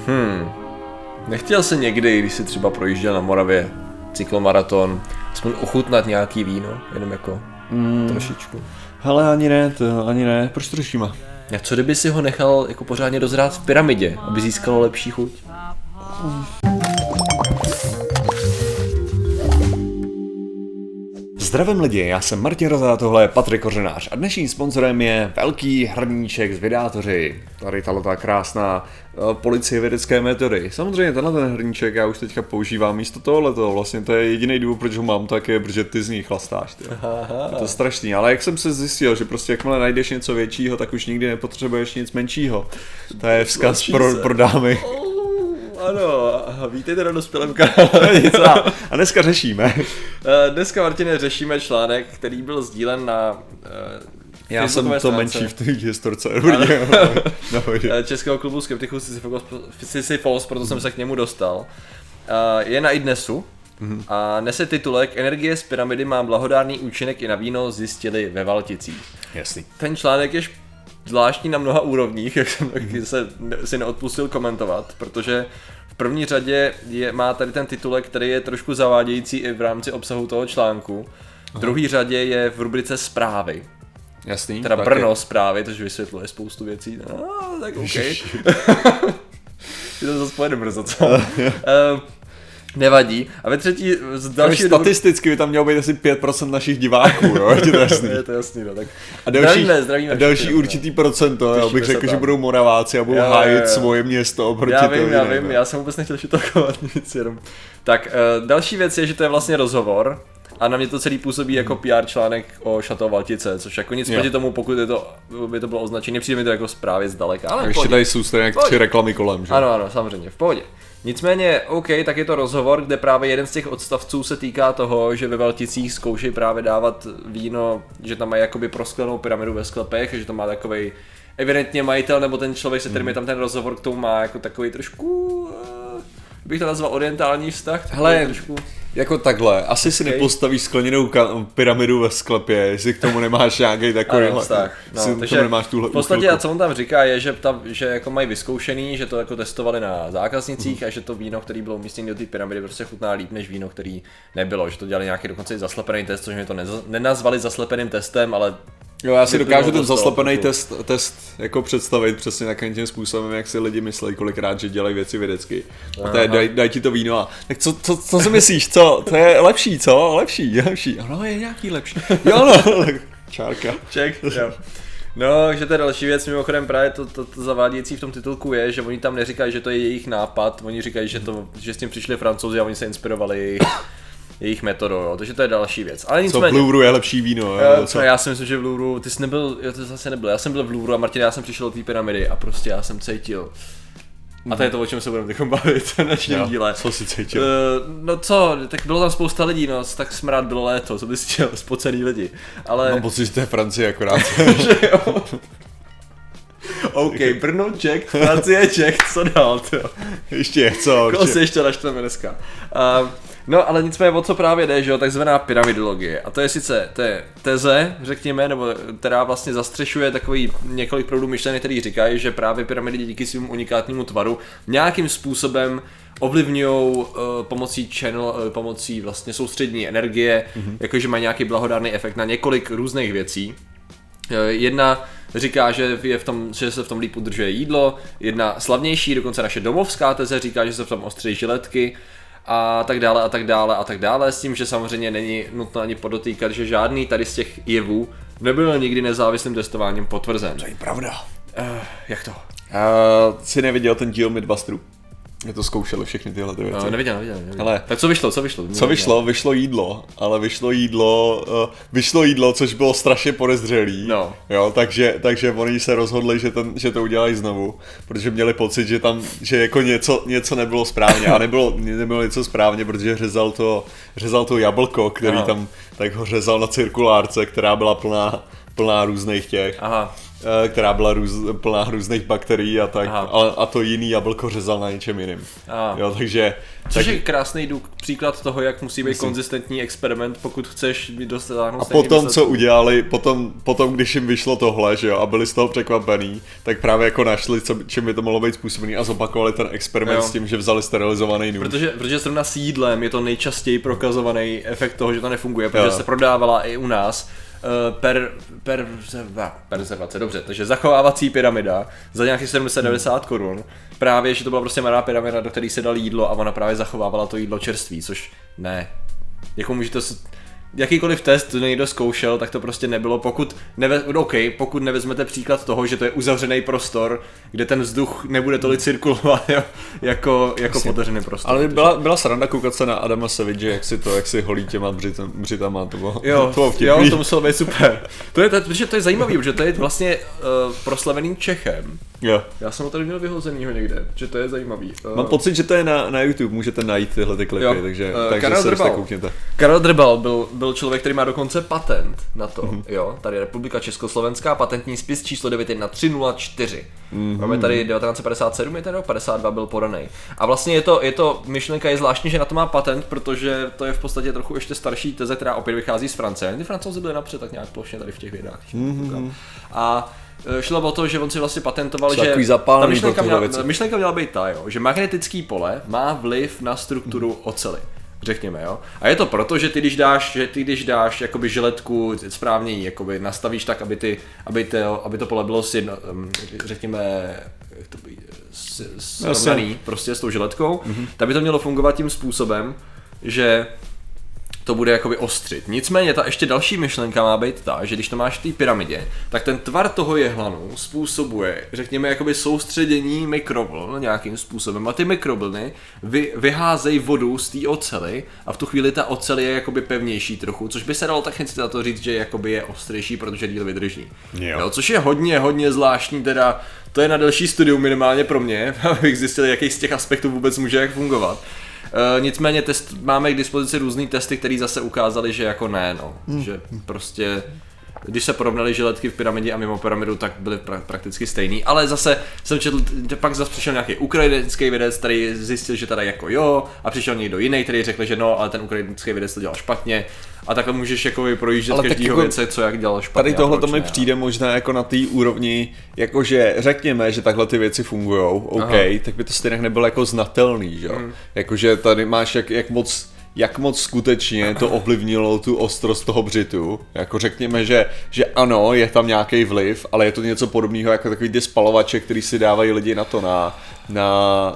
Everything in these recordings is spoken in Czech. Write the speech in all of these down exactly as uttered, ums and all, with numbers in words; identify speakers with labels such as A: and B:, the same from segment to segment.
A: Hmm. Nechtěl jsi někdy, když jsi třeba projížděl na Moravě cyklomaraton, aspoň ochutnat nějaký víno, jenom jako mm. trošičku?
B: Hele, ani ne, to, ani ne, proč to řešíme?
A: A co kdyby si ho nechal jako pořádně dozrát v pyramidě, aby získalo lepší chuť? Mm.
B: Zdravím lidi, já jsem Martin Roza, tohle je Patrik Kořenář a dnešním sponzorem je velký hrníček z Vydátoři. Tady tato krásná uh, policie vědecké metody. Samozřejmě tenhle ten hrníček já už teďka používám místo tohoto, vlastně to je jediný důvod, proč ho mám, tak je, protože ty z ní chlastáš. Tyjo. Je to strašný, ale jak jsem se zjistil, že prostě jakmile najdeš něco většího, tak už nikdy nepotřebuješ nic menšího. To je vzkaz pro, pro dámy.
A: Ano, a vítejte na dospělém kanále.
B: A dneska řešíme.
A: Dneska, Martine, řešíme článek, který byl sdílen na uh,
B: Já jsem to stránce. Menší v té historce.
A: Českého klubu skeptiků Sisyphos, proto jsem se k němu dostal. Uh, je na iDnesu mm-hmm. a nese titulek Energie z pyramidy má blahodárný účinek i na víno, zjistili ve Valticích.
B: Jasný.
A: Ten článek je zvláštní na mnoha úrovních, jak jsem taky se, si neodpustil komentovat, protože v první řadě je, má tady ten titulek, který je trošku zavádějící i v rámci obsahu toho článku. V druhé řadě je v rubrice zprávy.
B: Jasný.
A: Teda Brno je. Zprávy, takže vysvětluje spoustu věcí. No, tak OK. Je to zase pojede brzo, co? uh, Nevadí. A ve třetí z další...
B: Statisticky by tam mělo být asi pět procent našich diváků, jo? Je to jasný.
A: Je to jasný, no tak.
B: A další,
A: zdravíme, zdravíme
B: a další všichni, určitý procento, já bych řekl, že budou Moraváci a budou já, hájit já, já. svoje město oproti
A: Já vím,
B: tomu,
A: já vím, já jsem vůbec nechtěl šitokovat nic jenom. Tak, uh, další věc je, že to je vlastně rozhovor a na mě to celý působí jako P R článek o Chateau Valtice, což jako nic proti tomu, pokud je to, by to bylo označené, přijde mi to jako zprávy zdaleka. Ale
B: a ještě tady jsou stejně tři reklamy kolem, že?
A: Ano, ano, samozřejmě, v pohodě. Nicméně, OK, tak je to rozhovor, kde právě jeden z těch odstavců se týká toho, že ve Valticích zkoušejí právě dávat víno, že tam mají jakoby prosklenou pyramidu ve sklepech, že to má takovej evidentně majitel, nebo ten člověk, se kterým je tam ten rozhovor, k tomu má jako takový trošku, bych to nazval orientální vztah.
B: Hele,
A: trošku...
B: jako takhle, asi okay. si nepostavíš skleněnou ka- pyramidu ve sklepě, jestli k tomu nemáš nějaký takový
A: vztah. No, takže nemáš v podstatě, a co on tam říká, je, že, ta, že jako mají vyzkoušený, že to jako testovali na zákaznicích mm. a že to víno, který bylo umístěné do té pyramidy, prostě chutná líp než víno, který nebylo, že to dělali nějaký dokonce i zaslepený test, což mi to nez- nenazvali zaslepeným testem, ale
B: jo, já si dokážu ten zaslepený test, test jako představit přesně takovým tím způsobem, jak si lidi myslí kolikrát, že dělají věci vědecky. A to je, daj, daj ti to víno a tak co, co, co si myslíš, co? To je lepší, co? Lepší, lepší. Ano, je nějaký lepší. Jo, no, čárka.
A: Ček, jo. No, že to je další věc, mimochodem právě to, to, to zavádějící v tom titulku je, že oni tam neříkají, že to je jejich nápad, oni říkají, že, to, že s tím přišli Francouzi a oni se inspirovali jejich jejich metodou, jo, takže to je další věc. Ale nicméně,
B: co v Louvru je lepší víno, jo?
A: Co? Já si myslím, že v Louvru, ty jsi nebyl, jo, to zase nebyl, já jsem byl v Louvru a Martin, já jsem přišel do té pyramidy a prostě já jsem cítil. A to je to, o čem se budeme teď bavit v dnešním díle.
B: Co jsi cítil?
A: Uh, no co, tak bylo tam spousta lidí, no, tak smrad bylo léto, co bys chtěl, spocený lidi, ale...
B: Mám pocit, že to je Francie akorát.
A: Že jo. OK, Brno, Čech, Francie, Čech, co dál, to?
B: Ještě, co?
A: Koho si ještě našteme dneska? Uh, No, ale nicméně o co právě jde, že jo, takzvaná pyramidologie. A to je sice to je teze, řekněme, nebo která vlastně zastřešuje takový několik proudů myšlenek, který říkají, že právě pyramidy díky svým unikátnímu tvaru nějakým způsobem ovlivňují uh, pomocí channel, uh, pomocí vlastně soustřední energie, mm-hmm. jakože mají nějaký blahodárný efekt na několik různých věcí. Uh, jedna říká, že, je v tom, že se v tom líp udržuje jídlo, jedna slavnější, dokonce naše domovská teze říká, že se v tom ostří žiletky, a tak dále a tak dále a tak dále, s tím, že samozřejmě není nutno ani podotýkat, že žádný tady z těch jevů nebyl nikdy nezávislým testováním potvrzen.
B: To je pravda.
A: Uh, jak to?
B: Uh, jsi neviděl ten díl Mythbusterů? Je to zkoušeli všechny tyhle ty věci.
A: No, neviděl, neviděl, neviděl.
B: Ale
A: tak co vyšlo, co vyšlo?
B: Co vyšlo? Vyšlo jídlo, ale vyšlo jídlo, uh, vyšlo jídlo, což bylo strašně podezřelý.
A: No.
B: Jo, takže, takže oni se rozhodli, že, ten, že to udělají znovu, protože měli pocit, že tam, že jako něco, něco nebylo správně a nebylo, nebylo něco správně, protože řezal to, řezal to jablko, který Aha. tam tak ho řezal na cirkulárce, která byla plná, plná různých těch.
A: Aha.
B: která byla růz, plná různých bakterií a tak, a, a to jiný jablko řezal na něčem jiným. Jo, takže...
A: Což
B: tak...
A: je krásný důk, příklad toho, jak musí být Myslím. konzistentní experiment, pokud chceš dosáhnout.
B: A potom, výsledku. Co udělali, potom, potom, když jim vyšlo tohle, že jo, a byli z toho překvapený, tak právě jako našli, co, čím by to mohlo být způsobený a zopakovali ten experiment jo. s tím, že vzali sterilizovaný nůž.
A: Protože, protože zrovna s jídlem je to nejčastěji prokazovaný efekt toho, že to nefunguje, protože jo. se prodávala i u nás per, per, perzervace, dobře, takže zachovávací pyramida za nějakých sedm set devadesát korun. Právě, že to byla prostě malá pyramida, do které se dal jídlo a ona právě zachovávala to jídlo čerství, což ne. Jako může to... Jakýkoliv test, to někdo zkoušel, tak to prostě nebylo, pokud, neve, OK, pokud nevezmete příklad toho, že to je uzavřený prostor, kde ten vzduch nebude tolik cirkulovat, jo, jako, jako potažený prostor.
B: Ale byla, byla sranda koukat se na Adama Savage, jak si to, jak si holí těma břitam, břitama, to bylo,
A: jo,
B: to bylo
A: jo, to muselo být super. To je, protože to je zajímavý, protože to je vlastně uh, proslaveným Čechem.
B: Jo.
A: Já jsem ho tady měl vyhozenýho někde, že to je zajímavý.
B: Mám uh, pocit, že to je na, na YouTube, můžete najít tyhle ty klipy, jo. takže, uh, takže
A: Karel
B: se
A: Drbal.
B: koukněte.
A: Karel Drbal byl, byl člověk, který má dokonce patent na to, mm-hmm. jo, tady Republika Československá, patentní spis číslo devět jedna tři nula čtyři. Mm-hmm. Máme tady devatenáct set padesát sedm, je ten rok, padesát dva byl podaný. A vlastně je to, je to, myšlenka je zvláštní, že na to má patent, protože to je v podstatě trochu ještě starší teze, která opět vychází z Francie. Ty Francouzi byli napřed tak nějak plošně tady v těch vědách. Mm-hmm. A šlo o to, že on si vlastně patentoval, že ta myšlenka měla, myšlenka měla být ta, jo, že magnetický pole má vliv na strukturu mm-hmm. oceli. Řekněme, jo. A je to proto, že ty když dáš, že ty když dáš jakoby žiletku správně jakoby nastavíš tak, aby ty, aby to, aby to pole bylo sjedno, řekněme, jak to by, srovnaný prostě s tou žiletkou, mm-hmm. tak by to mělo fungovat tím způsobem, že to bude jakoby ostřit. Nicméně ta ještě další myšlenka má být ta, že když to máš v té pyramidě, tak ten tvar toho jehlanu způsobuje, řekněme, jakoby soustředění mikrovln nějakým způsobem a ty mikrovlny vy, vyházejí vodu z té ocely a v tu chvíli ta ocel je jakoby pevnější trochu, což by se dalo technicky na to říct, že jakoby je ostřejší, protože díl vydrží. Jo. Jo, což je hodně, hodně zvláštní, teda to je na delší studium minimálně pro mě, abych zjistil, jaký z těch aspektů vůbec může jak fungovat. Uh, nicméně test, máme k dispozici různý testy, které zase ukázaly, že jako ne, no, hmm. že prostě, když se porovnaly žiletky v pyramidě a mimo pyramidu, tak byly pra- prakticky stejný, ale zase jsem četl, pak zase přišel nějaký ukrajinský vědec, který zjistil, že teda jako jo, a přišel někdo jiný, který řekl, že no, ale ten ukrajinský vědec to dělal špatně. A takhle můžeš jako projíždět každýho jako věce, co jak dělal špatně.
B: Tady tohle to mi přijde možná jako na té úrovni, jakože řekněme, že takhle ty věci fungujou, OK, aha. tak by to stejně nebylo jako znatelný, že? Mm. Jakože tady máš jak, jak moc jak moc skutečně to ovlivnilo tu ostrost toho břitu. Jako řekněme, že, že ano, je tam nějaký vliv, ale je to něco podobného jako takový ty spalovače, který si dávají lidi na to, na, na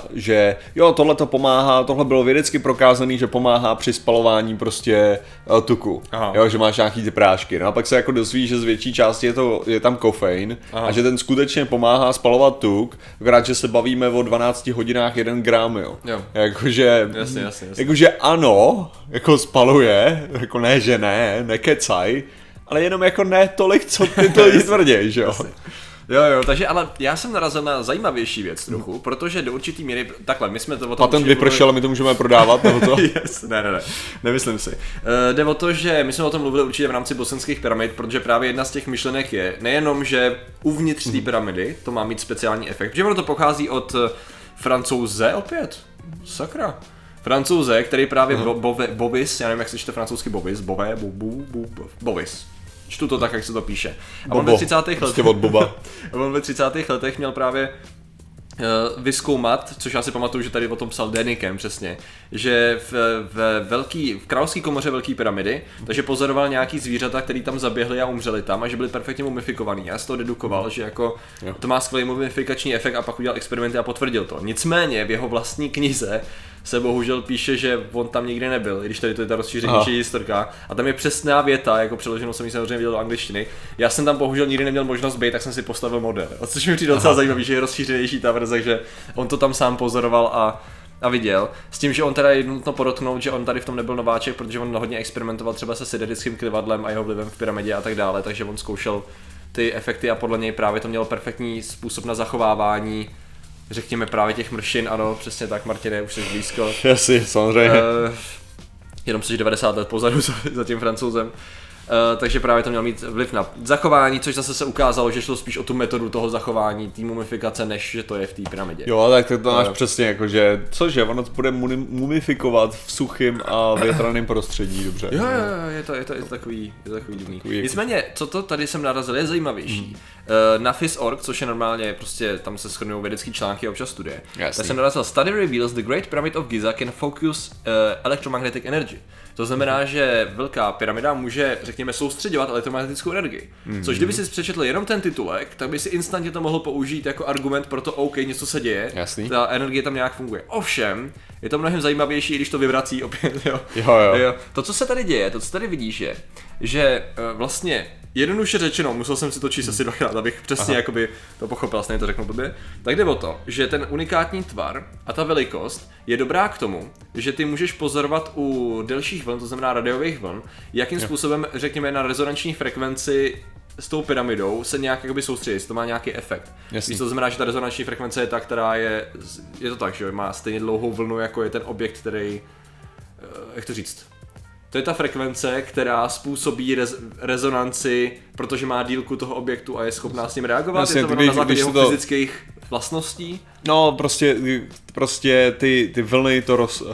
B: že jo, tohle to pomáhá, tohle bylo vědecky prokázaný, že pomáhá při spalování prostě uh, tuku. Jo, že máš nějaký ty prášky. No a pak se jako dozví, že z větší části je, to, je tam kofein aha. a že ten skutečně pomáhá spalovat tuk, akorát, že se bavíme o dvanácti hodinách jeden gram, jo. jo. Jakože,
A: jasně, jasně, jasně.
B: jakože ano, jako spaluje, jako ne, že ne, nekecaj, ale jenom jako ne tolik, co ty to lidi tvrdí, že jo.
A: Jo, jo, takže ale já jsem narazil na zajímavější věc trochu, protože do určitý míry, takhle, my jsme to o tom...
B: Patent vypršel a my to můžeme prodávat, nebo to?
A: Yes, ne, ne, ne, nemyslím si. Uh, jde o to, že my jsme o tom mluvili určitě v rámci bosenských pyramid, protože právě jedna z těch myšlenek je nejenom, že uvnitř té pyramidy to má mít speciální efekt, protože ono to pochází od Francouze opět, sakra. Francouze, který právě bo, bove, Bovis, já nevím, jak se čte francouzsky Bovis, Bové, Bobu, Bob, Bovis. Čtu to tak, jak se to píše. A on ve třicátých letech,
B: od Boba.
A: on ve třicátých letech měl právě uh, vyzkoumat, což já si pamatuju, že tady o tom psal Deniken přesně, že v, v, velký, v královské komoře Velké pyramidy, takže pozoroval nějaký zvířata, který tam zaběhli a umřeli tam a že byli perfektně mumifikovaný. Já z toho dedukoval, že jako jo. to má skvělý mumifikační efekt a pak udělal experimenty a potvrdil to. Nicméně v jeho vlastní knize se bohužel píše, že on tam nikdy nebyl, i když tady to je ta rozšířenější historka. A tam je přesná věta, jako přeloženou jsem ji samozřejmě viděl do angličtiny. Já jsem tam bohužel nikdy neměl možnost být, tak jsem si postavil model. A což mi přijde docela zajímavý, že je rozšířenější ta verze, že on to tam sám pozoroval a, a viděl. S tím, že on teda je nutno podotknout, že on tady v tom nebyl nováček, protože on hodně experimentoval třeba se siderickým klivadlem a jeho vlivem v pyramidě a tak dále, takže on zkoušel ty efekty a podle něj právě to mělo perfektní způsob na zachovávání, řekněme právě těch mršin, ano, přesně tak, Martine, už jsi blízko.
B: Jasně, samozřejmě. Uh,
A: jenom jsi devadesát let pozadu za tím Francouzem. Uh, takže právě to mělo mít vliv na zachování, což zase se ukázalo, že šlo spíš o tu metodu toho zachování, té mumifikace, než že to je v té pyramidě.
B: Jo, tak to, to máš uh, přesně jako, že cože, ono to bude mumifikovat v suchým a větraném prostředí, dobře.
A: Jo, jo, jo, je to, je to, je to takový, je to takový divný. Takový Nicméně, co to tady jsem narazil, je zajímavější. Hmm. Uh, na F I S tečka org, což je normálně prostě, tam se shrnují vědecký články a občas studie. Jasný. Tak jsem narazil, study reveals the Great Pyramid of Giza can focus uh, electromagnetic energy. To znamená, že velká pyramida může, řekněme, soustředěvat elektromagnetickou energii. Mm-hmm. Což kdyby si přečetl jenom ten titulek, tak by si instantně to mohl použít jako argument pro to, OK, něco se děje,
B: Jasný.
A: Ta energie tam nějak funguje. Ovšem, je to mnohem zajímavější, když to vyvrací opět. Jo.
B: Jo, jo.
A: Jo. To, co se tady děje, to, co tady vidíš, je, že uh, vlastně jednoduše řečeno, musel jsem si to číst asi dvakrát, abych přesně jakoby to pochopil, stejně to řeknu blbě. Tak jde o to, že ten unikátní tvar a ta velikost je dobrá k tomu, že ty můžeš pozorovat u delších vln, to znamená radiových vln, jakým jo. způsobem, řekněme, na rezonanční frekvenci s tou pyramidou se nějak jakoby soustředí, jestli to má nějaký efekt. Víš, to znamená, že ta rezonanční frekvence je ta, která je, je to tak, že má stejně dlouhou vlnu, jako je ten objekt, který, jak to říct, to je ta frekvence, která způsobí rez, rezonanci, protože má dílku toho objektu a je schopná s ním reagovat. Jasně, je to když, na základě jeho to... fyzických vlastností?
B: No, prostě, prostě ty, ty vlny to roz...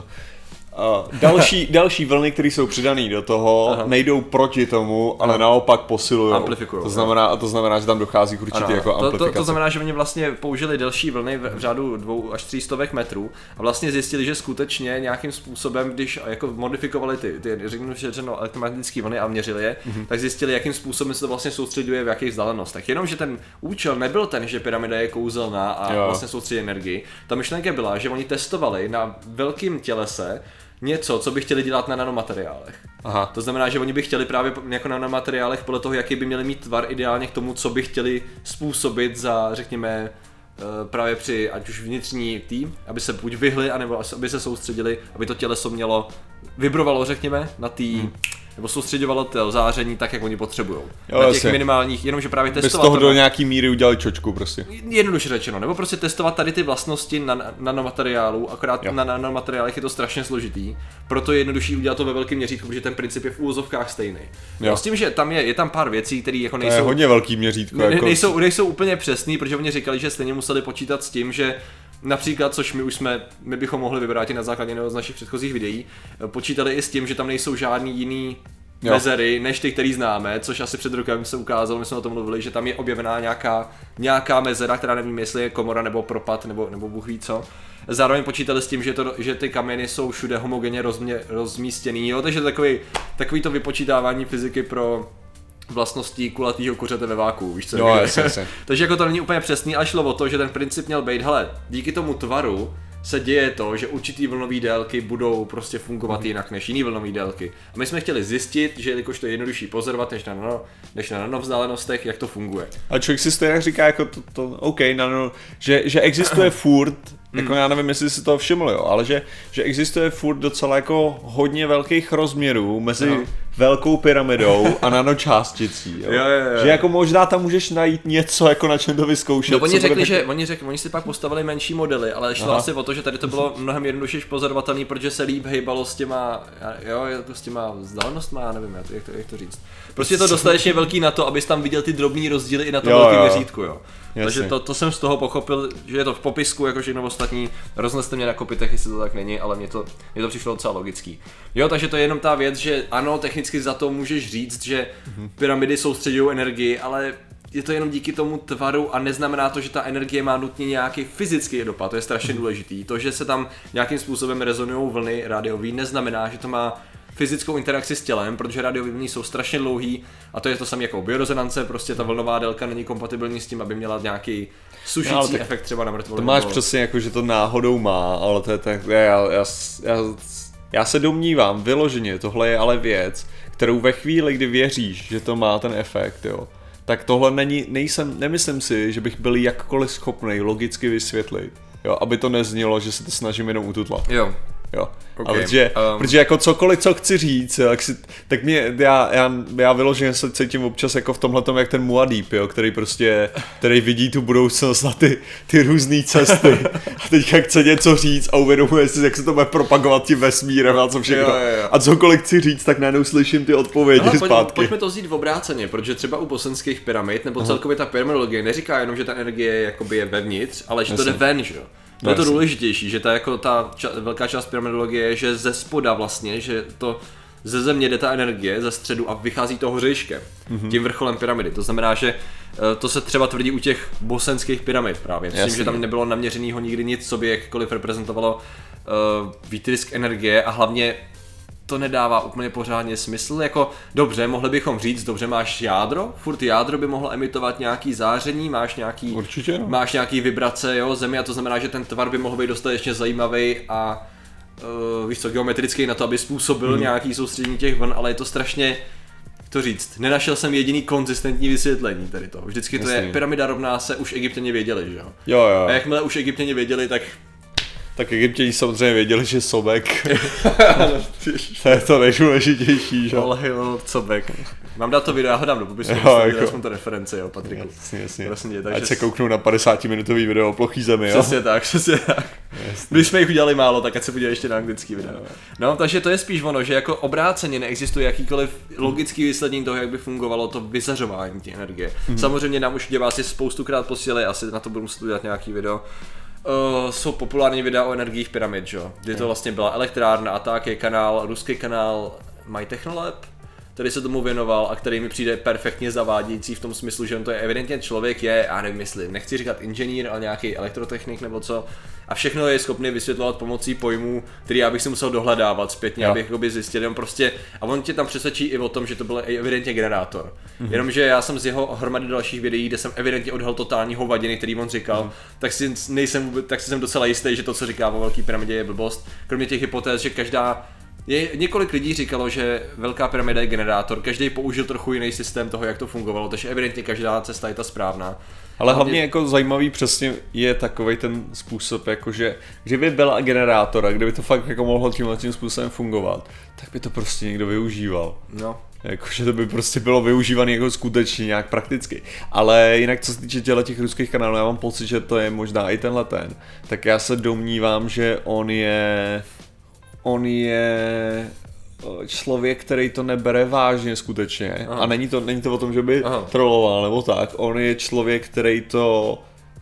B: Uh, další, další vlny, které jsou přidané do toho, Aha. nejdou proti tomu, ale Aha. naopak posilují.
A: Amplifikujou.
B: To znamená, a to znamená, že tam dochází k určitý jako amplifikaci.
A: To, to, to znamená, že oni vlastně použili delší vlny v, v řádu dvou až tří stovek metrů a vlastně zjistili, že skutečně nějakým způsobem, když jako modifikovali ty, ty řekněme elektromagnetické vlny a měřili je, mm-hmm. tak zjistili, jakým způsobem se to vlastně soustředuje v jakých vzdálenostech. Jenomže ten účel nebyl ten, že pyramida je kouzelná a jo. vlastně soustředí energii. Ta myšlenka byla, že oni testovali na velkém tělese něco, co by chtěli dělat na nanomateriálech. Aha. To znamená, že oni by chtěli právě jako na nanomateriálech podle toho, jaký by měli mít tvar ideálně k tomu, co by chtěli způsobit za, řekněme, právě při ať už vnitřní tým, aby se buď vyhli, anebo aby se soustředili, aby to těleso mělo, vibrovalo, řekněme, na tý, hmm. nebo soustředovalo to záření tak, jak oni potřebujou. Jo, na těch jasně. minimálních, jenomže právě testovat.
B: Bez toho to do nějaký míry udělali čočku prostě.
A: Jednoduše řečeno, nebo prostě testovat tady ty vlastnosti na nanomateriálu, akorát jo. na nanomateriálech je to strašně složitý, proto je jednodušší udělat to ve velkém měřítku, protože ten princip je v úvozovkách stejný. No, s tím, že tam je, je tam pár věcí, které jako nejsou.
B: To je hodně velký měřítko.
A: Ne,
B: jako...
A: nejsou, nejsou úplně přesný, protože oni říkali, že stejně museli počítat s tím, že například, což my už jsme, my bychom mohli vybrat i na základě z našich předchozích videí, počítali i s tím, že tam nejsou žádný jiný jo. mezery, než ty, který známe, což asi před rokem se ukázalo, my jsme o tom mluvili, že tam je objevená nějaká, nějaká mezera, která nevím, jestli je komora nebo propad, nebo, nebo bůh ví co. Zároveň počítali s tím, že, to, že ty kameny jsou všude homogenně rozmě, rozmístěný, jo, takže takový, takový to vypočítávání fyziky pro vlastností kulatýho kuřete ve váku, víš co?
B: No, jasně, jasně.
A: Takže jako to není úplně přesný, ale šlo o to, že ten princip měl být, hele, díky tomu tvaru se děje to, že určitý vlnové délky budou prostě fungovat mm. jinak než jiný vlnové délky. A my jsme chtěli zjistit, že jelikož to je jednodušší pozorovat než na nano, než na nanovzdálenostech, jak to funguje.
B: A člověk si stejně říká jako to, to OK, nano, že, že existuje furt, jako já nevím, jestli si to všiml, jo, ale že, že existuje furt docela jako hodně velkých rozměrů mezi no. velkou pyramidou a nanočásticí, jo?
A: Jo, jo, jo.
B: Že jako možná tam můžeš najít něco, jako na čem to vyzkoušet.
A: No oni řekli, že oni, řekli, oni si pak postavili menší modely, ale šlo Aha. asi o to, že tady to bylo mnohem jednodušeji pozorovatelný, protože se líp hejbalo s těma, jo, jako s těma vzdálenostma, já nevím, jak to, jak to říct. Prostě je to dostatečně velký na to, abys tam viděl ty drobný rozdíly i na tom velkém měřítku, jo. Jasně. Takže to, to jsem z toho pochopil, že je to v popisku, jako všechno ostatní. Rozneste mě na kopitech, jestli to tak není, ale mně to, mně to přišlo docela logický. Jo, takže to je jenom ta věc, že ano, technicky za to můžeš říct, že mm-hmm. pyramidy soustředují energii, ale je to jenom díky tomu tvaru a neznamená to, že ta energie má nutně nějaký fyzický dopad, to je strašně důležitý. To, že se tam nějakým způsobem rezonují vlny rádiový, neznamená, že to má fyzickou interakci s tělem, protože rádiové vlny jsou strašně dlouhý a to je to samé jako biorezonance, prostě ta vlnová délka není kompatibilní s tím, aby měla nějaký sušící no, efekt třeba na mrtvolinu.
B: To máš přesně jako, že to náhodou má, ale to je tak, já, já, já, já, já se domnívám, vyloženě, tohle je ale věc, kterou ve chvíli, kdy věříš, že to má ten efekt, jo, tak tohle není, nejsem, nemyslím si, že bych byl jakkoliv schopný logicky vysvětlit, jo, aby to neznělo, že se to snažím jenom ututlat.
A: Jo.
B: Jo.
A: Okay.
B: A protože, um. protože jako cokoliv, co chci říct, jak si, tak mě, já, já, já vyloženě se cítím občas jako v tomhletom, jak ten Muad'Dib, jo, který prostě, který vidí tu budoucnost a ty, ty různé cesty a teďka chce něco říct a uvědomuje si, jak se to bude propagovat tím vesmírem a co všechno. Jo, jo, jo. A cokoliv chci říct, tak najednou slyším ty odpovědi no, zpátky. Pojď,
A: pojďme to vzít v obráceně, protože třeba u bosenských pyramid, nebo celkově ta pyramidologie neříká jenom, že ta energie jakoby je vevnitř, ale že to jde ven, že jo. To je to důležitější, že ta, jako ta ča- velká část pyramidologie je, že ze spoda vlastně, že to ze země jde ta energie, ze středu a vychází to hořejškem, mm-hmm. tím vrcholem pyramidy. To znamená, že to se třeba tvrdí u těch bosenských pyramid právě. Myslím, že tam nebylo naměřenýho nikdy nic, co by jakkoliv reprezentovalo uh, výtrysk energie a hlavně to nedává úplně pořádně smysl, jako dobře, mohli bychom říct, dobře, máš jádro, furt jádro by mohlo emitovat nějaký záření, máš nějaký,
B: Určitě, no.
A: máš nějaký vibrace, jo, zemi a to znamená, že ten tvar by mohl být dostatečně zajímavý a uh, víš co, geometrický na to, aby způsobil hmm. nějaký soustředění těch vln, ale je to strašně, to říct, nenašel jsem jediný konzistentní vysvětlení tady toho, vždycky to Jasně. je, pyramida rovná se, už Egyptěni věděli, že jo.
B: Jo, jo.
A: A jakmile už Egyptěni věděli, tak
B: tak Egyptěni samozřejmě věděli, že Sobek, to je to nejdůležitější, že?
A: Olehil Sobek. Mám dát to video, já ho dám do popisu, jako... aspoň to reference, jo, Patriku.
B: Jasně, jasně.
A: Prosím,
B: takže... Ať se kouknou na padesátiminutový video o plochý zemi, jo?
A: Přesně tak, přesně tak. Jasně. Když jsme jich udělali málo, tak ať se podívají ještě na anglický video. No, takže to je spíš ono, že jako obráceně neexistuje jakýkoliv logický vysvětlení toho, jak by fungovalo to vyzařování té energie. Hmm. Samozřejmě nám už diváci spoustukrát posílali, asi na to budu muset udělat nějaký video. Uh, jsou populární videa o energiích pyramid, že? Kdy to vlastně byla elektrárna a tak je kanál, ruský kanál MyTechnolab, který se tomu věnoval a který mi přijde perfektně zavádějící v tom smyslu, že on to je evidentně člověk je, já nevím, jestli nechci říkat inženýr, ale nějaký elektrotechnik nebo co a všechno je schopný vysvětlovat pomocí pojmů, který já bych si musel dohledávat zpětně, jo. abych jakoby zjistil, jenom prostě a on tě tam přesvědčí i o tom, že to byl evidentně generátor. Mm-hmm. Jenomže já jsem z jeho hromady dalších videí, kde jsem evidentně odhalil totální hovadiny, který on říkal, mm. tak si nejsem tak si jsem docela jistý, že to, co říká o velké pyramidě, je blbost. Kromě těch hypotéz, že každá je, několik lidí říkalo, že velká pyramida je generátor, každý použil trochu jiný systém toho, jak to fungovalo, takže evidentně každá cesta je ta správná.
B: Ale hlavně jako zajímavý přesně je takovej ten způsob, jakože, že by byla generátor a kdyby to fakt jako mohlo tímhle tím způsobem fungovat, tak by to prostě někdo využíval.
A: No.
B: Jakože to by prostě bylo využívané jako skutečně nějak prakticky. Ale jinak co se týče těchto těch ruských kanálů, já mám pocit, že to je možná i tenhle ten, tak já se domnívám, že on je... On je člověk, který to nebere vážně skutečně. Aha. A není to, není to o tom, že by Aha. trolloval nebo tak. On je člověk, který to,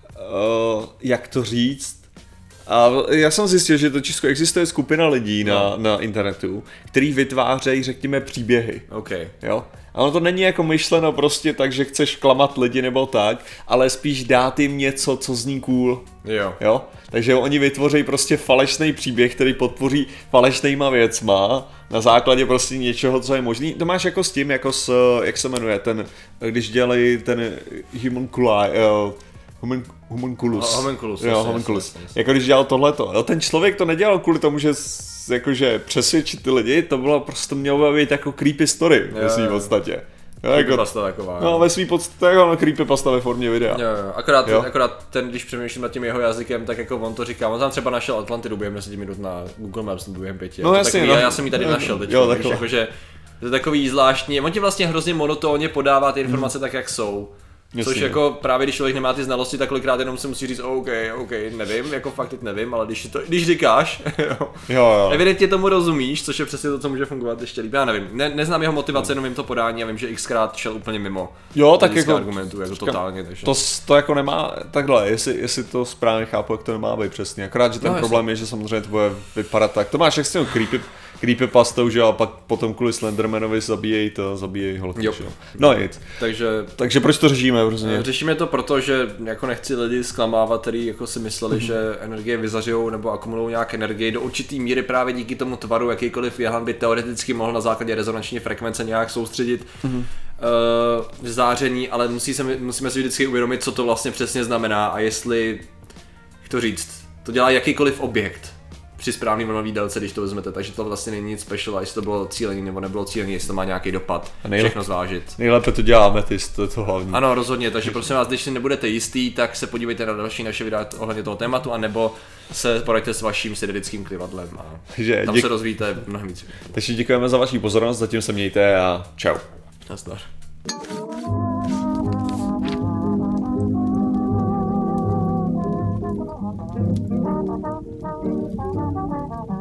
B: uh, jak to říct, a já jsem zjistil, že to Česko existuje skupina lidí no. na, na internetu, který vytvářejí, řekněme, příběhy.
A: Okay.
B: Jo? A ono to není jako myšleno prostě tak, že chceš klamat lidi nebo tak, ale spíš dát jim něco, co zní cool.
A: Jo.
B: Jo? Takže oni vytvoří prostě falešný příběh, který podpoří falešnýma věcma na základě prostě něčeho, co je možný. To máš jako s tím, jako s, jak se jmenuje, ten, když dělají ten Homunculus, uh, Human, Homunculus.
A: Homunculus,
B: jo, Homunculus. Jako když dělal tohleto. Jo, ten člověk to nedělal kvůli tomu, že jakože přesvědčit ty lidi, to bylo prostě mělo být jako creepy story ve svým podstatě. Jo, jako,
A: taková,
B: no, ve svý podstatě jako creepypasta ve formě videa.
A: Jo, jo. Akorát, jo? akorát ten, když přemýšlím nad tím jeho jazykem, tak jako on to říká, on tam třeba našel Atlantidu během deseti minut na Google Maps během pěti.
B: No jasně,
A: takový,
B: no.
A: Já jsem ji tady
B: no,
A: našel teď,
B: jo,
A: takže jakože to je takový zvláštní, on ti vlastně hrozně monotónně podává ty informace hmm. tak, jak jsou. Jasně. Což jako právě když člověk nemá ty znalosti, tak kolikrát jenom si musí říct OK, OK, nevím, jako fakt teď nevím, ale když, to, když říkáš, jo,
B: jo, jo.
A: evidentně tomu rozumíš, což je přesně to, co může fungovat ještě líp. Já nevím, ne, neznám jeho motivace, jenom vím to podání a vím, že xkrát šel úplně mimo.
B: Jo, tak jako
A: argumentů, jako říkám, totálně. Takže.
B: To, to jako nemá, takhle, jestli, jestli to správně chápu, jak to nemá být přesně. Akorát, že ten no, problém jestli. je, že samozřejmě to bude vypadat tak. To máš jak s tím creepy, creepypastou, že a pak potom kvůli Slendermanovi zabíjejí to, zabíjejí holky, jo. No nic.
A: Takže,
B: Takže proč to řešíme? Prostě?
A: Řešíme to proto, že jako nechci lidi zklamávat, který jako si mysleli, mm-hmm. že energie vyzařujou nebo akumulují nějak energii do určitý míry právě díky tomu tvaru, jakýkoliv jehan by teoreticky mohl na základě rezonanční frekvence nějak soustředit mm-hmm. uh, záření, ale musí se, musíme si vždycky uvědomit, co to vlastně přesně znamená a jestli, jak to říct, to dělá jakýkoliv objekt. při správný vlnový délce, když to vezmete, takže to vlastně není nic special, jestli to bylo cílení nebo nebylo cílení, jestli to má nějaký dopad,
B: nejlep,
A: všechno zvážit.
B: Nejlépe to dělá ametist, to je to hlavní.
A: Ano, rozhodně, takže prosím vás, když si nebudete jistý, tak se podívejte na další naše videa ohledně toho tématu, anebo se poraďte s vaším siderickým klivadlem a
B: že,
A: tam
B: děk...
A: se rozvíjíte mnohem víc.
B: Takže děkujeme za vaši pozornost, zatím se mějte a čau.
A: Nazdar.
C: Thank you.